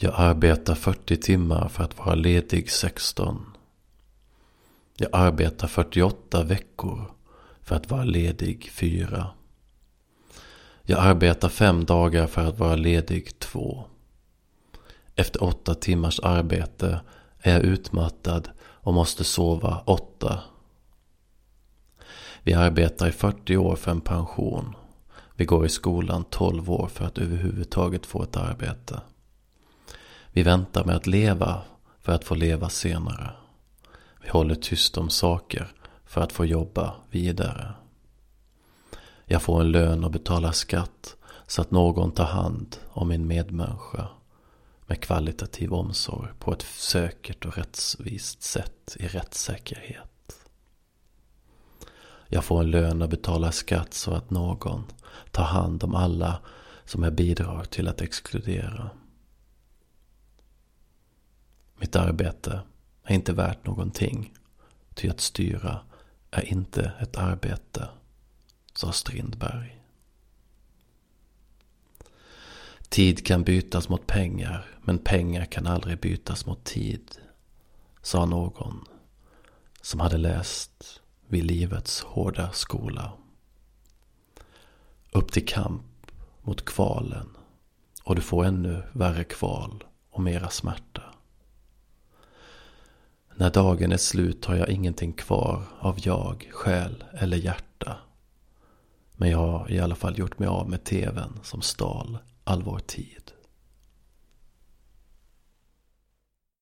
Jag arbetar 40 timmar för att vara ledig 16. Jag arbetar 48 veckor för att vara ledig 4. Jag arbetar 5 dagar för att vara ledig 2. Efter 8 timmars arbete är jag utmattad och måste sova 8. Vi arbetar i 40 år för en pension. Vi går i skolan 12 år för att överhuvudtaget få ett arbete. Vi väntar med att leva för att få leva senare. Vi håller tyst om saker för att få jobba vidare. Jag får en lön och betalar skatt så att någon tar hand om min medmänniska med kvalitativ omsorg på ett säkert och rättvist sätt i rättssäkerhet. Jag får en lön och betalar skatt så att någon tar hand om alla som jag bidrar till att exkludera. Mitt arbete är inte värt någonting, ty att styra är inte ett arbete, sa Strindberg. Tid kan bytas mot pengar, men pengar kan aldrig bytas mot tid, sa någon som hade läst vid livets hårda skola. Upp till kamp mot kvalen, och du får ännu värre kval och mera smärta. När dagen är slut har jag ingenting kvar av jag, själ eller hjärta. Men jag har i alla fall gjort mig av med tvn som stal all vår tid.